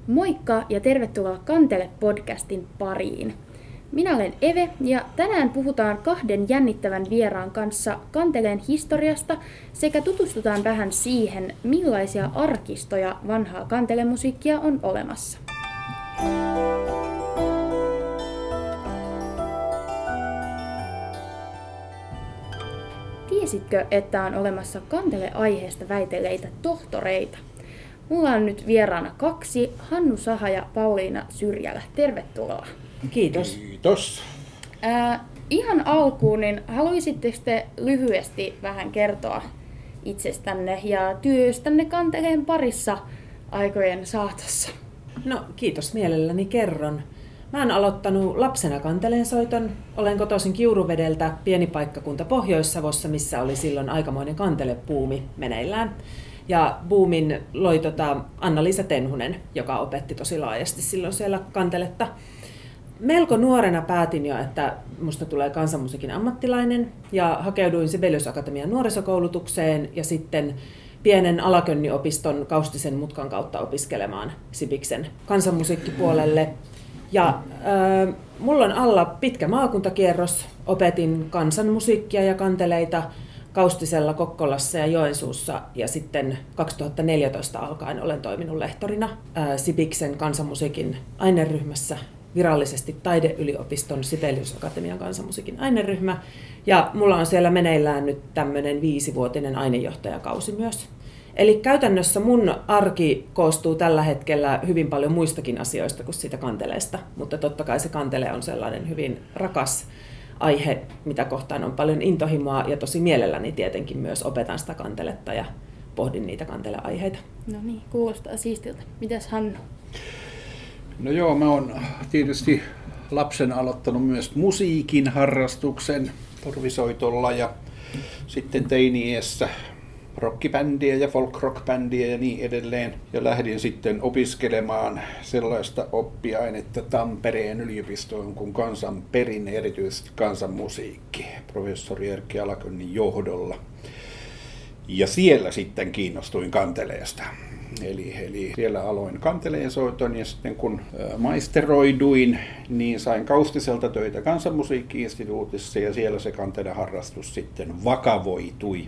Moikka ja tervetuloa Kantele-podcastin pariin. Minä olen Eve ja tänään puhutaan kahden jännittävän vieraan kanssa Kanteleen historiasta sekä tutustutaan vähän siihen, millaisia arkistoja vanhaa kantelemusiikkia on olemassa. Tiesitkö, että on olemassa kantele-aiheesta väitelleitä tohtoreita? Mulla on nyt vieraana kaksi, Hannu Saha ja Pauliina Syrjälä. Tervetuloa. Kiitos. Kiitos. Ihan alkuun, niin haluaisitteko te lyhyesti vähän kertoa itsestänne ja työstänne Kanteleen parissa aikojen saatossa? No kiitos, mielelläni kerron. Mä oon aloittanut lapsena kanteleen soiton. Olen kotoisin Kiuruvedeltä, pieni paikkakunta Pohjois-Savossa, missä oli silloin aikamoinen kantelepuumi meneillään. Ja buumin loi Anna-Liisa Tenhunen, joka opetti tosi laajasti silloin siellä kanteletta. Melko nuorena päätin jo, että musta tulee kansanmusiikin ammattilainen ja hakeuduin Sibelius Akatemian nuorisokoulutukseen ja sitten pienen Alakönniopiston Kaustisen mutkan kautta opiskelemaan Sibiksen kansanmusiikkipuolelle. Ja mulla on alla pitkä maakuntakierros, opetin kansanmusiikkia ja kanteleita Kaustisella, Kokkolassa ja Joensuussa ja sitten 2014 alkaen olen toiminut lehtorina Sibiksen kansanmusiikin aineryhmässä, virallisesti Taideyliopiston Sibelius Akatemian kansanmusiikin aineryhmä ja mulla on siellä meneillään nyt tämmöinen 5-vuotinen ainejohtajakausi myös. Eli käytännössä mun arki koostuu tällä hetkellä hyvin paljon muistakin asioista kuin siitä kanteleesta, mutta totta kai se kantele on sellainen hyvin rakas aihe, mitä kohtaan on paljon intohimoa ja tosi mielelläni tietenkin myös opetan sitä kanteletta ja pohdin niitä kanteleaiheita. No niin, kuulostaa siistiltä. Mitäs Hannu? No joo, mä oon tietysti lapsen aloittanut myös musiikin harrastuksen torvisoitolla ja sitten teini-iässä rockibändiä ja folk-rock-bändiä ja niin edelleen. Ja lähdin sitten opiskelemaan sellaista oppiainetta Tampereen yliopistoon kuin kansanperinne, erityisesti kansanmusiikki, professori Erkki Alakönnin johdolla. Ja siellä sitten kiinnostuin kanteleesta. Eli siellä aloin kanteleen soiton ja sitten kun maisteroiduin, niin sain Kaustiselta töitä Kansanmusiikki-instituutissa ja siellä se kanteleharrastus sitten vakavoitui.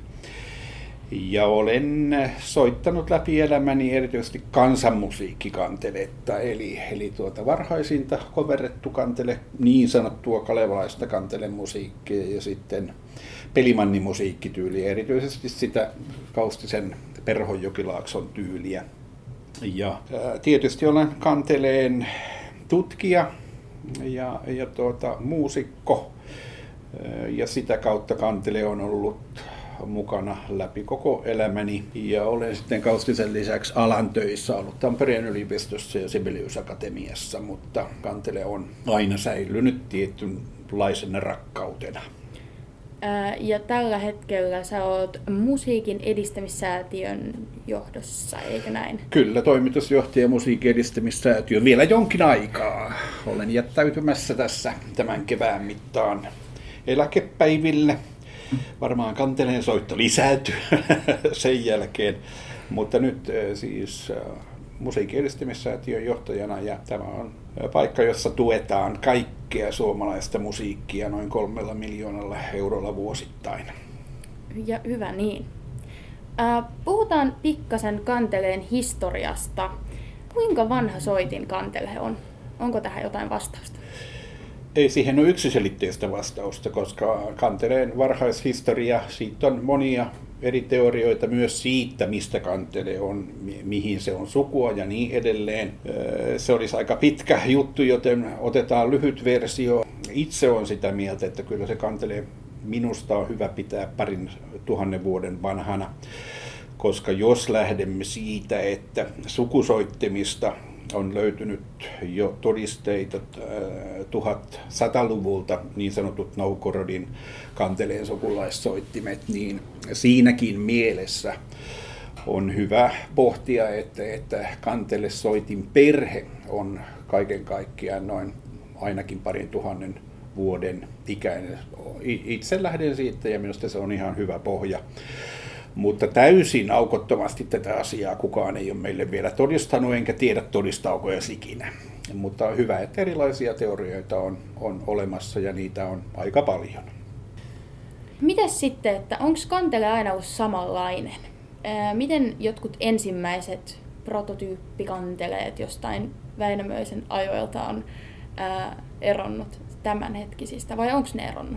Ja olen soittanut läpi elämäni erityisesti kansanmusiikkikanteletta, eli varhaisinta koverrettu kantele, niin sanottua kalevalaista kantelemusiikkia ja sitten pelimannimusiikkityyliä, erityisesti sitä Kaustisen Perhonjokilaakson tyyliä. Ja tietysti olen kanteleen tutkija ja muusikko ja sitä kautta kantele on ollut mukana läpi koko elämäni ja olen sitten Kaustisen lisäksi alan töissä ollut Tampereen yliopistossa ja Sibelius Akatemiassa, mutta kantele on aina säilynyt tietynlaisena rakkautena. Ja tällä hetkellä sä oot Musiikin edistämissäätiön johdossa, eikö näin? Kyllä, toimitusjohtaja Musiikin edistämissäätiö vielä jonkin aikaa. Olen jättäytymässä tässä tämän kevään mittaan eläkepäiville. Varmaan kanteleen soitto lisääntyy sen jälkeen, mutta nyt siis Musiikin edistämissäätiön johtajana ja tämä on paikka, jossa tuetaan kaikkea suomalaista musiikkia noin 3 miljoonalla eurolla vuosittain. Ja hyvä niin. Puhutaan pikkasen kanteleen historiasta. Kuinka vanha soitin kantele on? Onko tähän jotain vastausta? Ei siihen ole yksiselitteistä vastausta, koska kanteleen varhaishistoria, siitä on monia eri teorioita myös siitä, mistä kantele on, mihin se on sukua ja niin edelleen. Se olisi aika pitkä juttu, joten otetaan lyhyt versio. Itse olen sitä mieltä, että kyllä se kantele minusta on hyvä pitää 2000 vuoden vanhana, koska jos lähdemme siitä, että sukusoittimista on löytynyt jo todisteita 1100-luvulta, niin sanotut Novgorodin kanteleen sukulaissoittimet, niin siinäkin mielessä on hyvä pohtia, että kantelesoitin perhe on kaiken kaikkiaan noin ainakin 2000 vuoden ikäinen. Itse lähden siitä ja minusta se on ihan hyvä pohja. Mutta täysin aukottomasti tätä asiaa kukaan ei ole meille vielä todistanut, enkä tiedä todistaako edes ikinä. Mutta on hyvä, että erilaisia teorioita on olemassa ja niitä on aika paljon. Mitäs sitten, että onko kantele aina ollut samanlainen? Miten jotkut ensimmäiset prototyyppikanteleet jostain Väinämöisen ajoilta on eronnut tämänhetkisistä, vai onko ne eronnut?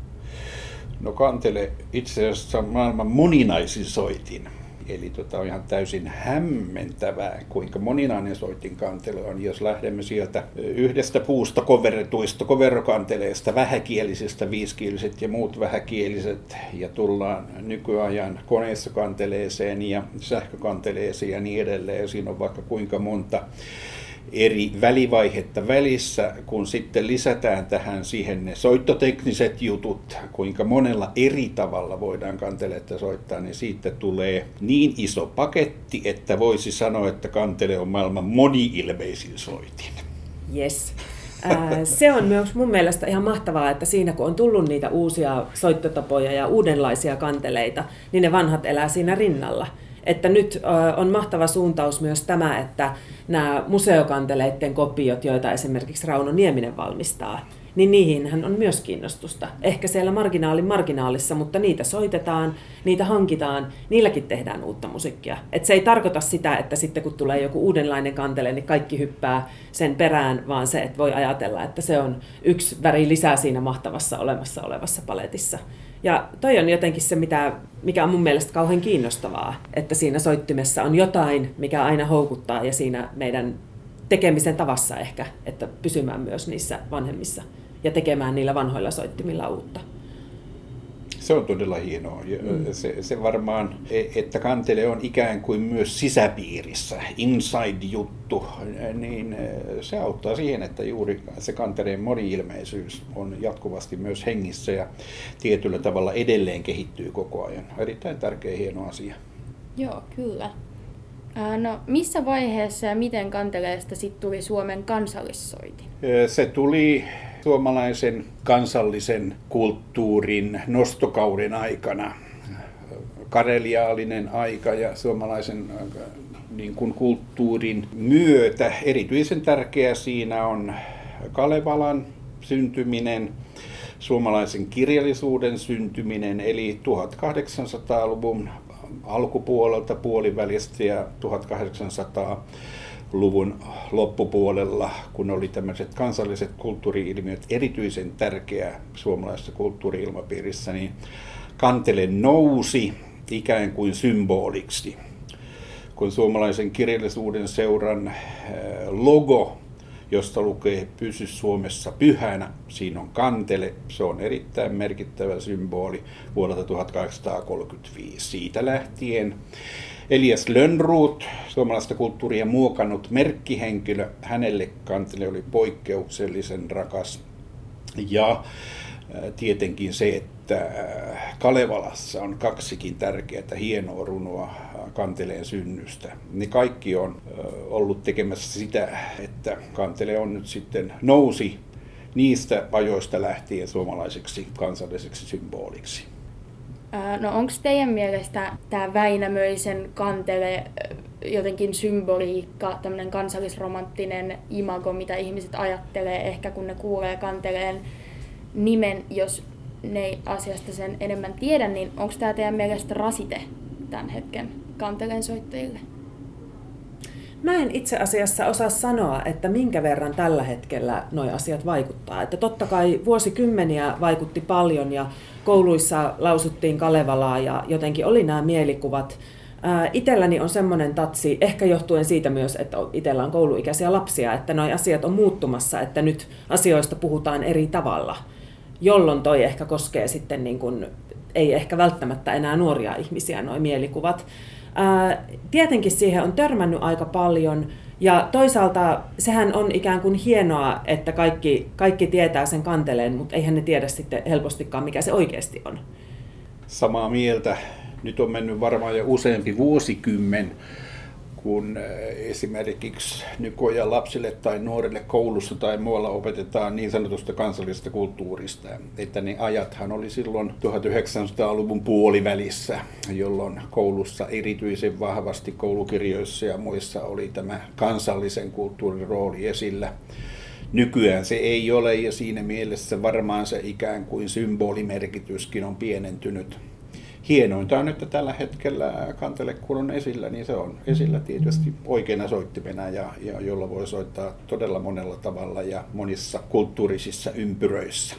No kantele itse asiassa on maailman moninaisin soitin. Eli on ihan täysin hämmentävää, kuinka moninainen soitin kantele on, jos lähdemme sieltä yhdestä puusta koverretuista koverokanteleista, vähäkielisistä, viisikieliset ja muut vähäkieliset, ja tullaan nykyajan koneessakanteleeseen ja sähkökanteleeseen ja niin edelleen. Siinä on vaikka kuinka monta eri välivaihetta välissä, kun sitten lisätään tähän siihen ne soittotekniset jutut, kuinka monella eri tavalla voidaan kanteletta soittaa, niin siitä tulee niin iso paketti, että voisi sanoa, että kantele on maailman moni-ilmeisin soitin. Yes. Se on myös mun mielestä ihan mahtavaa, että siinä kun on tullut niitä uusia soittotapoja ja uudenlaisia kanteleita, niin ne vanhat elää siinä rinnalla. Että nyt on mahtava suuntaus myös tämä, että nämä museokanteleiden kopiot, joita esimerkiksi Rauno Nieminen valmistaa, niin niihinhän on myös kiinnostusta. Ehkä siellä marginaalissa, mutta niitä soitetaan, niitä hankitaan, niilläkin tehdään uutta musiikkia. Et se ei tarkoita sitä, että sitten kun tulee joku uudenlainen kantele, niin kaikki hyppää sen perään, vaan se, että voi ajatella, että se on yksi väri lisää siinä mahtavassa olemassa olevassa paletissa. Ja toi on jotenkin se, mikä on mun mielestä kauhean kiinnostavaa, että siinä soittimessa on jotain, mikä aina houkuttaa ja siinä meidän tekemisen tavassa ehkä, että pysymään myös niissä vanhemmissa ja tekemään niillä vanhoilla soittimilla uutta. Se on todella hienoa. Se varmaan, että kantele on ikään kuin myös sisäpiirissä, inside-juttu, niin se auttaa siihen, että juuri se kanteleen moni-ilmeisyys on jatkuvasti myös hengissä ja tietyllä tavalla edelleen kehittyy koko ajan. Erittäin tärkeä, hieno asia. Joo, kyllä. No, missä vaiheessa ja miten kanteleesta sitten tuli Suomen kansallissoitin? Se tuli suomalaisen kansallisen kulttuurin nostokauden aikana, kareliaalinen aika ja suomalaisen niin kuin kulttuurin myötä. Erityisen tärkeä siinä on Kalevalan syntyminen, suomalaisen kirjallisuuden syntyminen, eli 1800-luvun alkupuolelta, puolivälistä ja 1800-luvun loppupuolella, kun oli tämmöiset kansalliset kulttuuri-ilmiöt erityisen tärkeä suomalaisessa kulttuuri-ilmapiirissä, niin kantele nousi ikään kuin symboliksi. Kun suomalaisen kirjallisuuden seuran logo, josta lukee "Pysy Suomessa pyhänä", siinä on kantele. Se on erittäin merkittävä symboli vuodelta 1835. Siitä lähtien Elias Lönnroth, suomalaista kulttuuria muokannut merkkihenkilö, hänelle kantele oli poikkeuksellisen rakas. Ja tietenkin se, että Kalevalassa on kaksikin tärkeää hienoa runoa kanteleen synnystä. Ne kaikki on ollut tekemässä sitä, että kantele on nyt sitten nousi niistä ajoista lähtien suomalaiseksi kansalliseksi symboliksi. No onko teidän mielestä tämä Väinämöisen kantele jotenkin symboliikka, tämmöinen kansallisromanttinen imago, mitä ihmiset ajattelee ehkä kun ne kuulee kanteleen nimen, jos ne ei asiasta sen enemmän tiedä, niin onko tämä teidän mielestä rasite tämän hetken kanteleen soittajille? Mä en itse asiassa osaa sanoa, että minkä verran tällä hetkellä nuo asiat vaikuttaa. Että totta kai vuosikymmeniä vaikutti paljon ja kouluissa lausuttiin Kalevalaa ja jotenkin oli nämä mielikuvat. Itselläni on semmoinen tatsi, ehkä johtuen siitä myös, että itsellä on kouluikäisiä lapsia, että nuo asiat on muuttumassa, että nyt asioista puhutaan eri tavalla, jolloin toi ehkä koskee sitten niin kuin, ei ehkä välttämättä enää nuoria ihmisiä nuo mielikuvat. Tietenkin siihen on törmännyt aika paljon ja toisaalta sehän on ikään kuin hienoa, että kaikki tietää sen kanteleen, mutta eihän ne tiedä sitten helpostikaan, mikä se oikeasti on. Samaa mieltä. Nyt on mennyt varmaan jo useampi vuosikymmen, kun esimerkiksi nykyajan lapsille tai nuorille koulussa tai muualla opetetaan niin sanotusta kansallisesta kulttuurista. Että ne ajathan oli silloin 1900-luvun puolivälissä, jolloin koulussa erityisen vahvasti koulukirjoissa ja muissa oli tämä kansallisen kulttuurin rooli esillä. Nykyään se ei ole ja siinä mielessä varmaan se ikään kuin symbolimerkityskin on pienentynyt. Hienointa on, että tällä hetkellä kantele kun on esillä, niin se on esillä tietysti oikeana soittimena ja jolla voi soittaa todella monella tavalla ja monissa kulttuurisissa ympyröissä.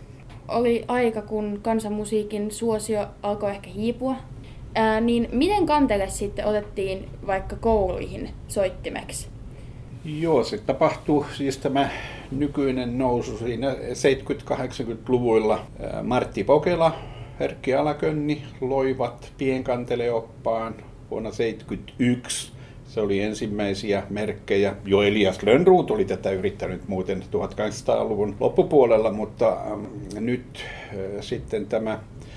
Oli aika, kun kansanmusiikin suosio alkoi ehkä hiipua. Niin miten kantele sitten otettiin vaikka kouluihin soittimeksi? Joo, se tapahtuu siis tämä nykyinen nousu siinä 70-80-luvuilla. Martti Pokela, Erkki Alakönni loivat pienkanteleoppaan vuonna 1971. Se oli ensimmäisiä merkkejä. Jo Elias Lönnroth oli tätä yrittänyt muuten 1800-luvun loppupuolella, mutta nyt sitten tämä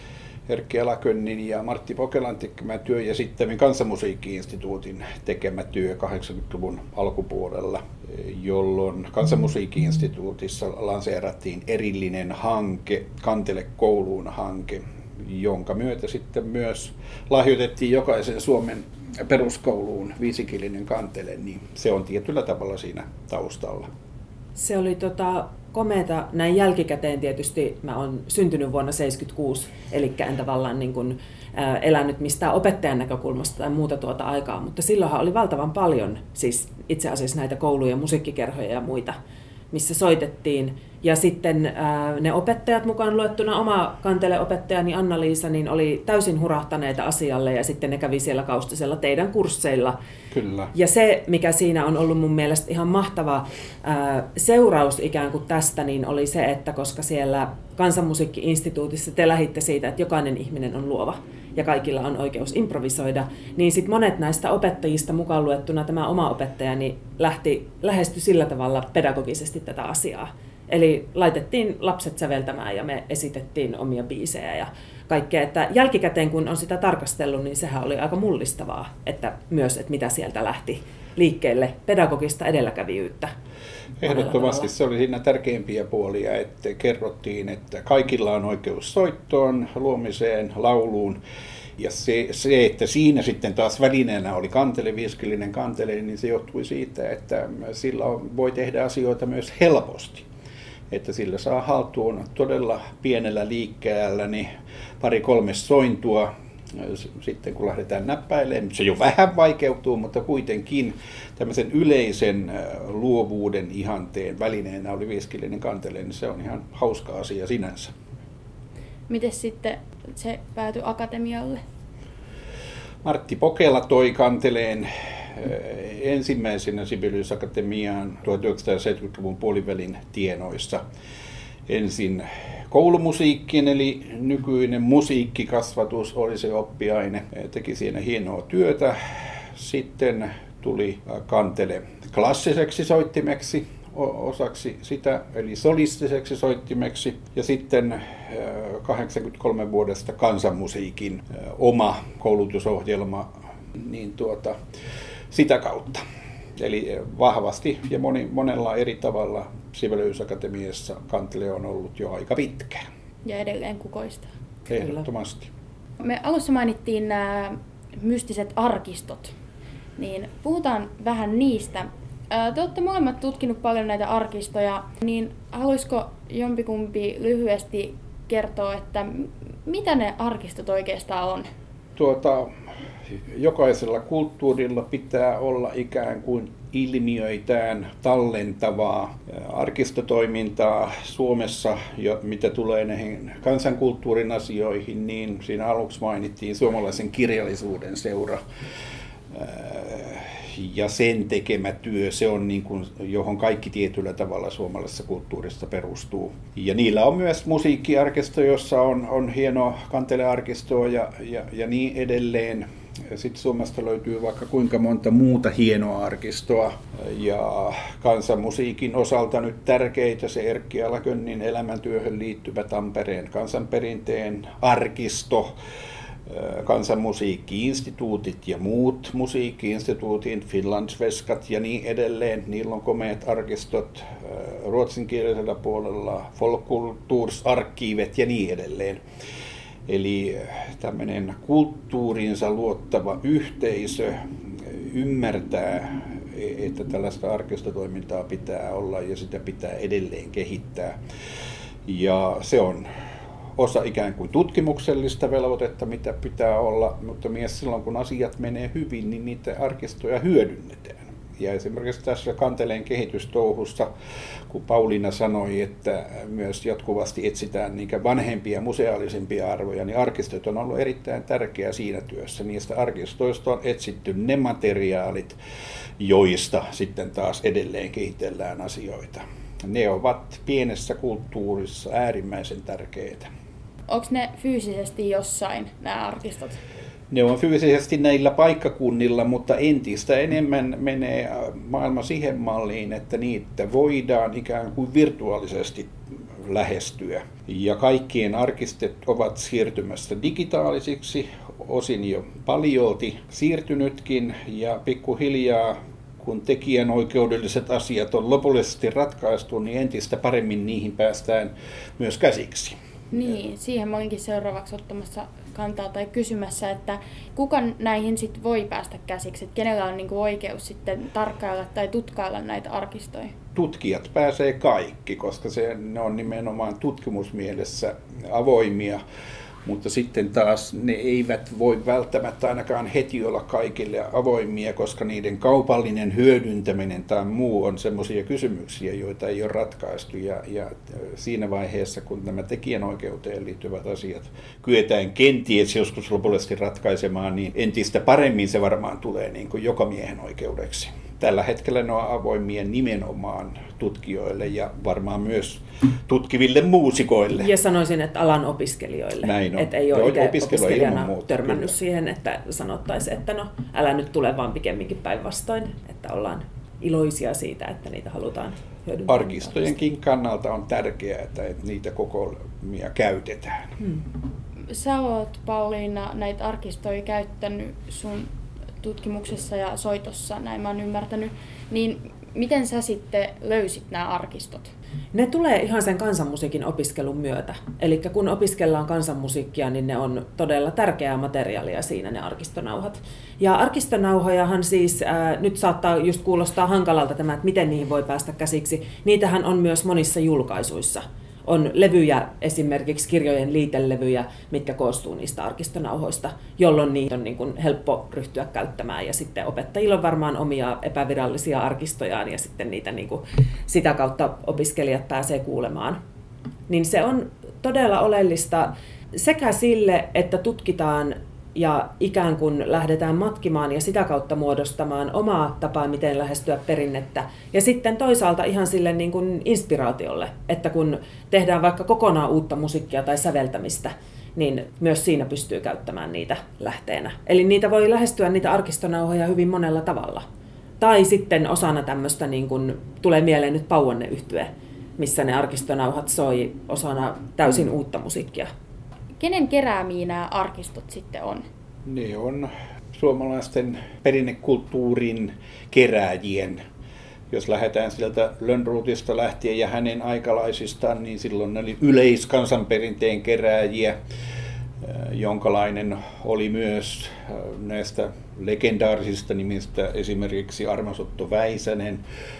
Erkki Alakönnin ja Martti Pokelan tekemä työ ja sitten Kansanmusiikki-instituutin tekemä työ 80-luvun alkupuolella, jolloin Kansanmusiikki-instituutissa lanseerattiin erillinen hanke, Kantele kouluun hanke, jonka myötä sitten myös lahjoitettiin jokaisen Suomen peruskouluun viisikielinen kantele, niin se on tietyllä tavalla siinä taustalla. Se oli komeata näin jälkikäteen tietysti. Mä oon syntynyt vuonna 1976, eli en tavallaan niin kuin, elänyt mistään opettajan näkökulmasta tai muuta tuota aikaa, mutta silloinhan oli valtavan paljon siis itse asiassa näitä kouluja, musiikkikerhoja ja muita, missä soitettiin. Ja sitten ne opettajat mukaan luettuna oma kanteleopettajani Anna-Liisa niin oli täysin hurahtaneita asialle ja sitten ne kävi siellä Kaustisella teidän kursseilla. Kyllä. Ja se, mikä siinä on ollut mun mielestä ihan mahtava seuraus ikään kuin tästä, niin oli se, että koska siellä Kansanmusiikki-instituutissa te lähditte siitä, että jokainen ihminen on luova ja kaikilla on oikeus improvisoida, niin sitten monet näistä opettajista mukaan luettuna tämä oma opettajani lähestyi sillä tavalla pedagogisesti tätä asiaa. Eli laitettiin lapset säveltämään ja me esitettiin omia biisejä ja kaikkea. Että jälkikäteen kun on sitä tarkastellut, niin sehän oli aika mullistavaa, että myös, että mitä sieltä lähti liikkeelle, pedagogista edelläkävijyyttä. Ehdottomasti se oli siinä tärkeimpiä puolia, että kerrottiin, että kaikilla on oikeus soittoon, luomiseen, lauluun. Ja se, että siinä sitten taas välineenä oli kantele, viisikielinen kantele, niin se johtui siitä, että sillä voi tehdä asioita myös helposti. Että sillä saa haltuun todella pienellä liikkeellä niin 2-3 sointua sitten kun lähdetään näppäilemään. Se jo vähän vaikeutuu, mutta kuitenkin tämmöisen yleisen luovuuden ihanteen välineenä oli viisikielinen kantele, niin se on ihan hauska asia sinänsä. Miten sitten se päätyi akatemialle? Martti Pokela toi kanteleen ensimmäisenä Sibelius Akatemiaan 1970-luvun puolivälin tienoissa. Ensin koulumusiikkiin, eli nykyinen musiikkikasvatus oli se oppiaine, teki siinä hienoa työtä. Sitten tuli kantele klassiseksi soittimeksi, osaksi sitä, eli solistiseksi soittimeksi, ja sitten 83 vuodesta kansanmusiikin oma koulutusohjelma, niin sitä kautta. Eli vahvasti ja monella eri tavalla Sibelius Akatemiassa kantele on ollut jo aika pitkään. Ja edelleen kukoistaa. Ehdottomasti. Me alussa mainittiin nämä mystiset arkistot, niin puhutaan vähän niistä. Te olette molemmat tutkinut paljon näitä arkistoja, niin haluaisiko jompikumpi lyhyesti kertoa, että mitä ne arkistot oikeastaan on? Jokaisella kulttuurilla pitää olla ikään kuin ilmiöitään tallentavaa arkistotoimintaa Suomessa, ja mitä tulee näihin kansankulttuurin asioihin, niin siinä aluksi mainittiin suomalaisen kirjallisuuden seura ja sen tekemä työ, se on niin kuin, johon kaikki tietyllä tavalla suomalaisessa kulttuurissa perustuu. Ja niillä on myös musiikkiarkisto, jossa on hieno kantelearkistoa ja niin edelleen. Sitten Suomesta löytyy vaikka kuinka monta muuta hienoa arkistoa. Ja kansanmusiikin osalta nyt tärkeitä se Erkki Alakönnin elämäntyöhön liittyvä Tampereen kansanperinteen arkisto. kansanmusiikki-instituutit ja muut musiikki-instituutit, Finlandsvenskat ja niin edelleen. Niillä on komeat arkistot ruotsinkielisellä puolella, folkkultuursarkiivet ja niin edelleen. Eli tämmöinen kulttuuriinsa luottava yhteisö ymmärtää, että tällaista arkistotoimintaa pitää olla ja sitä pitää edelleen kehittää. Ja se on osa ikään kuin tutkimuksellista velvoitetta, mitä pitää olla, mutta myös silloin kun asiat menee hyvin, niin niitä arkistoja hyödynnetään. Ja esimerkiksi tässä kanteleen kehitystouhussa, kun Pauliina sanoi, että myös jatkuvasti etsitään niitä vanhempia museaalisempia arvoja, niin arkistot on ollut erittäin tärkeä siinä työssä. Niistä arkistoista on etsitty ne materiaalit, joista sitten taas edelleen kehitellään asioita. Ne ovat pienessä kulttuurissa äärimmäisen tärkeitä. Onko ne fyysisesti jossain, nämä arkistot? Ne on fyysisesti näillä paikkakunnilla, mutta entistä enemmän menee maailma siihen malliin, että niitä voidaan ikään kuin virtuaalisesti lähestyä. Ja kaikkien arkistot ovat siirtymässä digitaalisiksi, osin jo paljolti siirtynytkin, ja pikkuhiljaa kun tekijänoikeudelliset asiat on lopullisesti ratkaistu, niin entistä paremmin niihin päästään myös käsiksi. Niin, siihen mä olinkin seuraavaksi ottamassa kantaa tai kysymässä, että kuka näihin sit voi päästä käsiksi, että kenellä on niinku oikeus sitten tarkkailla tai tutkailla näitä arkistoja? Tutkijat pääsee kaikki, koska ne on nimenomaan tutkimusmielessä avoimia, mutta sitten taas ne eivät voi välttämättä ainakaan heti olla kaikille avoimia, koska niiden kaupallinen hyödyntäminen tai muu on semmoisia kysymyksiä, joita ei ole ratkaistu. Ja siinä vaiheessa, kun nämä tekijänoikeuteen liittyvät asiat kyetään kenties joskus lopullisesti ratkaisemaan, niin entistä paremmin se varmaan tulee niin kuin jokamiehen oikeudeksi. Tällä hetkellä ne on avoimia nimenomaan tutkijoille ja varmaan myös tutkiville muusikoille. Ja sanoisin, että alan opiskelijoille. Näin on. Että ei ole itse opiskelijana törmännyt siihen, että sanottaisiin, että no älä nyt tule, vaan pikemminkin päinvastoin. Että ollaan iloisia siitä, että niitä halutaan hyödyntää. Arkistojenkin kannalta on tärkeää, että niitä kokoelmia käytetään. Sä oot, Pauliina, näitä arkistoja käyttänyt sun tutkimuksessa ja soitossa, näin mä oon ymmärtänyt, niin miten sä sitten löysit nämä arkistot? Ne tulee ihan sen kansanmusiikin opiskelun myötä. Eli kun opiskellaan kansanmusiikkia, niin ne on todella tärkeää materiaalia siinä ne arkistonauhat. Ja arkistonauhojahan siis, nyt saattaa just kuulostaa hankalalta tämä, että miten niihin voi päästä käsiksi. Niitähän on myös monissa julkaisuissa. On levyjä, esimerkiksi kirjojen liitelevyjä, mitkä koostuu niistä arkistonauhoista, jolloin niitä on niin kuin helppo ryhtyä käyttämään. Ja sitten opettajilla on varmaan omia epävirallisia arkistojaan ja sitten niitä niin kuin sitä kautta opiskelijat pääsee kuulemaan. Niin se on todella oleellista sekä sille, että tutkitaan ja ikään kuin lähdetään matkimaan ja sitä kautta muodostamaan omaa tapaa, miten lähestyä perinnettä. Ja sitten toisaalta ihan sille niin kuin inspiraatiolle, että kun tehdään vaikka kokonaan uutta musiikkia tai säveltämistä, niin myös siinä pystyy käyttämään niitä lähteenä. Eli niitä voi lähestyä niitä arkistonauhoja hyvin monella tavalla. Tai sitten osana tämmöistä, niin kuin tulee mieleen nyt Pauanne-yhtye, missä ne arkistonauhat soi osana täysin uutta musiikkia. Kenen keräämiä nämä arkistot sitten on? Ne on suomalaisten perinnekulttuurin kerääjien. Jos lähdetään sieltä Lönnrotista lähtien ja hänen aikalaisistaan, niin silloin ne oli yleiskansanperinteen kerääjiä. Jonkalainen oli myös näistä legendaarisista nimistä esimerkiksi Armas-Otto Väisänen,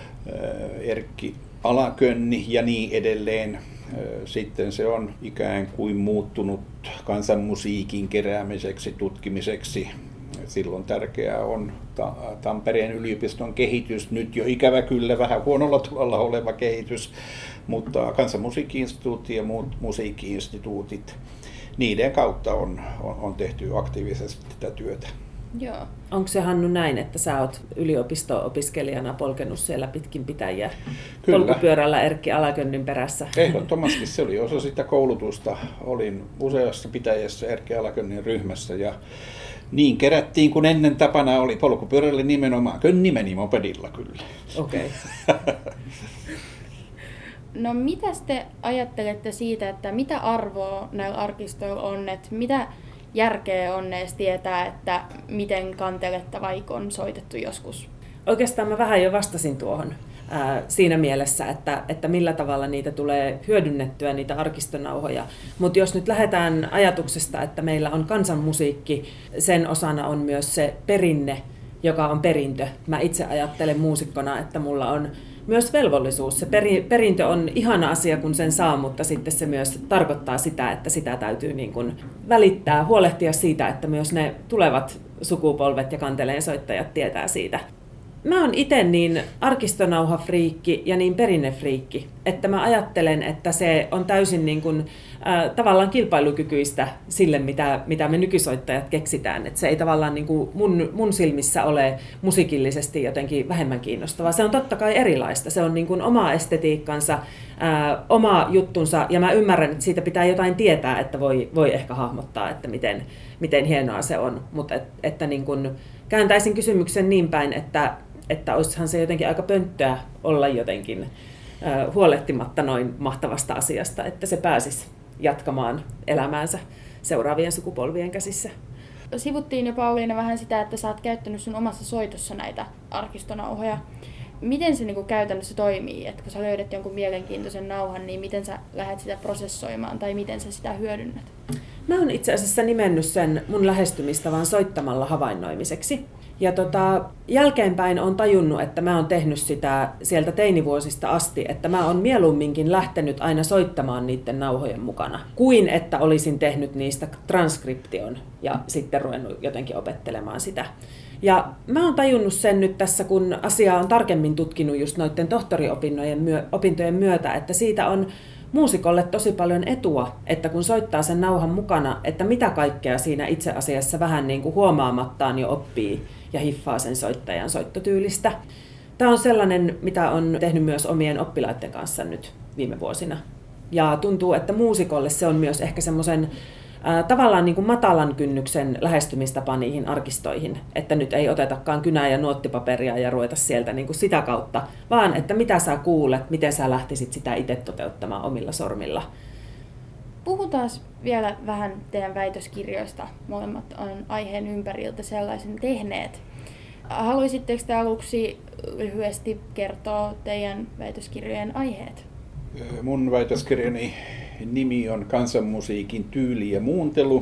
Erkki Alakönni ja niin edelleen. Sitten se on ikään kuin muuttunut kansanmusiikin keräämiseksi, tutkimiseksi. Silloin tärkeää on Tampereen yliopiston kehitys, nyt jo ikävä kyllä vähän huonolla tuolla oleva kehitys, mutta kansanmusiikki-instituutti ja muut musiikki-instituutit, niiden kautta on tehty aktiivisesti tätä työtä. Joo. Onko se, Hannu, näin, että sä oot yliopisto-opiskelijana polkenut siellä pitkin pitäjiä polkupyörällä Erkki Alakönnin perässä? Ehdottomasti se oli osa sitä koulutusta. Olin useassa pitäjässä Erkki Alakönnin ryhmässä ja niin kerättiin, kun ennen tapana oli polkupyörällä nimenomaan. Könni meni mopedilla kyllä. Okei. No mitä te ajattelette siitä, että mitä arvoa näillä arkistoilla on, että mitä järkeä on edes tietää, että miten kanteletta vaikka on soitettu joskus? Oikeastaan mä vähän jo vastasin tuohon siinä mielessä, että millä tavalla niitä tulee hyödynnettyä, niitä arkistonauhoja. Mutta jos nyt lähdetään ajatuksesta, että meillä on kansanmusiikki, sen osana on myös se perinne, joka on perintö. Mä itse ajattelen muusikkona, että mulla on myös velvollisuus. Se perintö on ihana asia, kun sen saa, mutta sitten se myös tarkoittaa sitä, että sitä täytyy niin kuin välittää, huolehtia siitä, että myös ne tulevat sukupolvet ja kanteleensoittajat tietää siitä. Mä oon itse niin arkistonauhafriikki ja niin perinnefriikki, että mä ajattelen, että se on täysin niin kuin, tavallaan kilpailukykyistä sille, mitä me nykysoittajat keksitään. Että se ei tavallaan niin kuin mun silmissä ole musiikillisesti jotenkin vähemmän kiinnostavaa. Se on totta kai erilaista. Se on niin kuin oma estetiikkansa, oma juttunsa, ja mä ymmärrän, että siitä pitää jotain tietää, että voi ehkä hahmottaa, että miten hienoa se on. Mutta että niin kuin kääntäisin kysymyksen niin päin, että olisihan se jotenkin aika pönttöä olla jotenkin huolehtimatta noin mahtavasta asiasta, että se pääsisi jatkamaan elämäänsä seuraavien sukupolvien käsissä. Sivuttiin jo Pauliina vähän sitä, että sä oot käyttänyt sun omassa soitossa näitä arkistonauhoja. Miten se niin kuin käytännössä toimii? Että kun sä löydät jonkun mielenkiintoisen nauhan, niin miten sä lähdet sitä prosessoimaan tai miten sä sitä hyödynnät? Mä oon itse asiassa nimennyt sen mun lähestymistavan soittamalla havainnoimiseksi. Ja jälkeenpäin on tajunnut, että mä oon tehnyt sitä sieltä teinivuosista asti, että mä oon mieluumminkin lähtenyt aina soittamaan niiden nauhojen mukana, kuin että olisin tehnyt niistä transkription ja sitten ruvennut jotenkin opettelemaan sitä. Ja mä oon tajunnut sen nyt tässä, kun asiaa on tarkemmin tutkinut just noiden tohtoriopintojen myötä, että siitä on muusikolle tosi paljon etua, että kun soittaa sen nauhan mukana, että mitä kaikkea siinä itse asiassa vähän niin kuin huomaamattaan jo oppii ja hiffaa sen soittajan soittotyylistä. Tämä on sellainen, mitä on tehnyt myös omien oppilaiden kanssa nyt viime vuosina. Ja tuntuu, että muusikolle se on myös ehkä semmoisen tavallaan niin kuin matalan kynnyksen lähestymistapa niihin arkistoihin, että nyt ei otetakaan kynää ja nuottipaperia ja ruveta sieltä niin kuin sitä kautta, vaan että mitä sä kuulet, miten sä lähtisit sitä itse toteuttamaan omilla sormilla. Puhutaan vielä vähän teidän väitöskirjoista. Molemmat on aiheen ympäriltä sellaisen tehneet. Haluaisitteko te aluksi lyhyesti kertoa teidän väitöskirjojen aiheet? Mun väitöskirjani nimi on Kansanmusiikin tyyli ja muuntelu,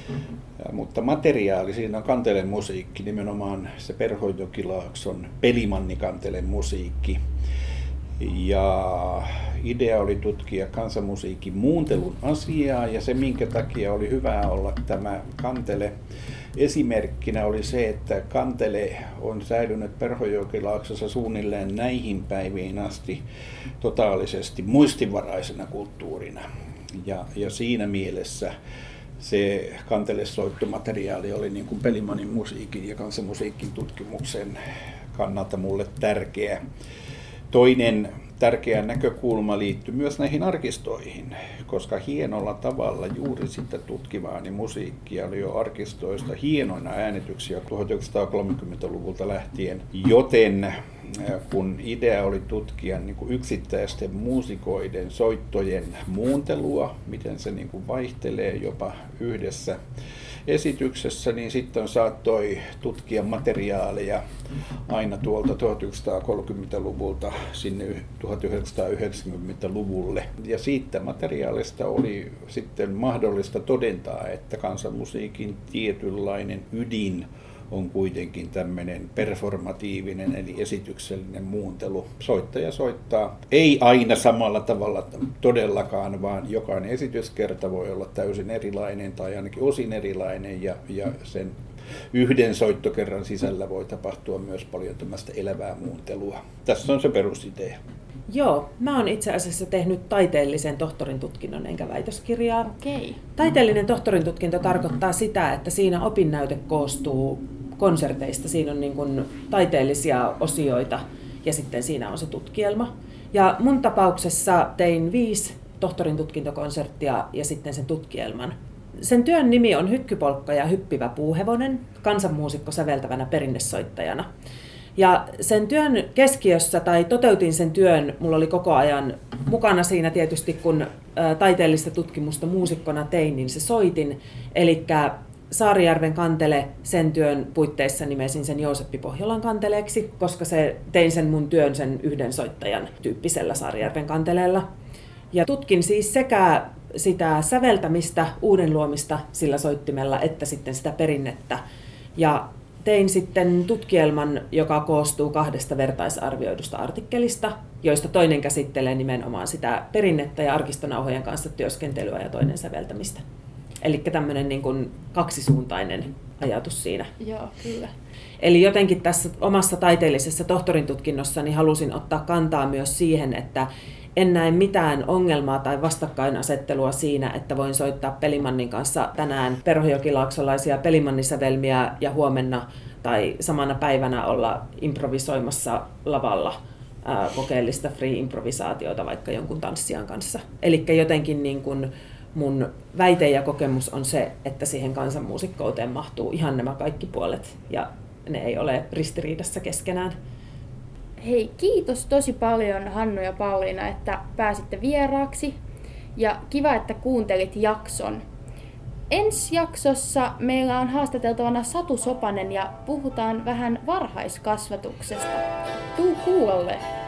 mutta materiaali siinä on kantelemusiikki, nimenomaan se Perho Jokilaakson Pelimanni-kantelen musiikki. Ja idea oli tutkia kansanmusiikin muuntelun asiaa, ja se minkä takia oli hyvä olla tämä kantele esimerkkinä oli se, että kantele on säilynyt Perho-Jokilaaksossa suunnilleen näihin päiviin asti totaalisesti muistinvaraisena kulttuurina. Ja siinä mielessä se kantelesoittomateriaali oli niin kuin Pelimannin musiikin ja kansanmusiikin tutkimuksen kannalta mulle tärkeä. Toinen tärkeä näkökulma liittyy myös näihin arkistoihin, koska hienolla tavalla juuri sitä tutkimaani musiikkia oli jo arkistoista hienoina äänityksiä 1930-luvulta lähtien, joten kun idea oli tutkia niin kuin yksittäisten muusikoiden soittojen muuntelua, miten se niin kuin vaihtelee jopa yhdessä esityksessä, niin sitten saattoi tutkia materiaaleja aina tuolta 1930-luvulta sinne 1990-luvulle. Ja siitä materiaalista oli sitten mahdollista todentaa, että kansanmusiikin tietynlainen ydin on kuitenkin tämmöinen performatiivinen eli esityksellinen muuntelu. Soittaja soittaa ei aina samalla tavalla todellakaan, vaan jokainen esityskerta voi olla täysin erilainen tai ainakin osin erilainen ja sen yhden soittokerran sisällä voi tapahtua myös paljon tämmöistä elävää muuntelua. Tässä on se perusidea. Joo, mä oon itse asiassa tehnyt taiteellisen tohtorin tutkinnon enkä väitöskirjaa. Okei. Taiteellinen tohtorin tutkinto tarkoittaa sitä, että siinä opinnäyte koostuu konserteista. Siinä on niin kuin taiteellisia osioita ja sitten siinä on se tutkielma. Ja mun tapauksessa tein 5 tohtorin tutkintokonserttia ja sitten sen tutkielman. Sen työn nimi on Hykkypolkka ja hyppivä puuhevonen, kansanmuusikko säveltävänä perinnesoittajana. Ja sen työn keskiössä, tai toteutin sen työn, mulla oli koko ajan mukana siinä tietysti, kun taiteellista tutkimusta muusikkona tein, niin se soitin. Eli Saarijärven kantele, sen työn puitteissa nimesin sen Jooseppi Pohjolan kanteleeksi, koska tein sen mun työn sen yhden soittajan tyyppisellä Saarijärven kanteleella. Ja tutkin siis sekä sitä säveltämistä, uuden luomista sillä soittimella, että sitten sitä perinnettä. Ja tein sitten tutkielman, joka koostuu 2 vertaisarvioidusta artikkelista, joista toinen käsittelee nimenomaan sitä perinnettä ja arkistonauhojen kanssa työskentelyä ja toinen säveltämistä. Eli tämmöinen niin kuin kaksisuuntainen ajatus siinä. Joo, kyllä. Eli jotenkin tässä omassa taiteellisessa tohtorin tutkinnossani halusin ottaa kantaa myös siihen, että en näe mitään ongelmaa tai vastakkainasettelua siinä, että voin soittaa Pelimannin kanssa tänään perhojokilaaksolaisia pelimannisävelmiä ja huomenna tai samana päivänä olla improvisoimassa lavalla kokeellista free-improvisaatiota vaikka jonkun tanssijan kanssa. Eli jotenkin niin kuin mun väite ja kokemus on se, että siihen kansanmuusikkouteen mahtuu ihan nämä kaikki puolet ja ne ei ole ristiriidassa keskenään. Hei, kiitos tosi paljon Hannu ja Pauliina, että pääsitte vieraaksi ja kiva, että kuuntelit jakson. Ensi jaksossa meillä on haastateltavana Satu Sopanen ja puhutaan vähän varhaiskasvatuksesta. Tuu kuulolle!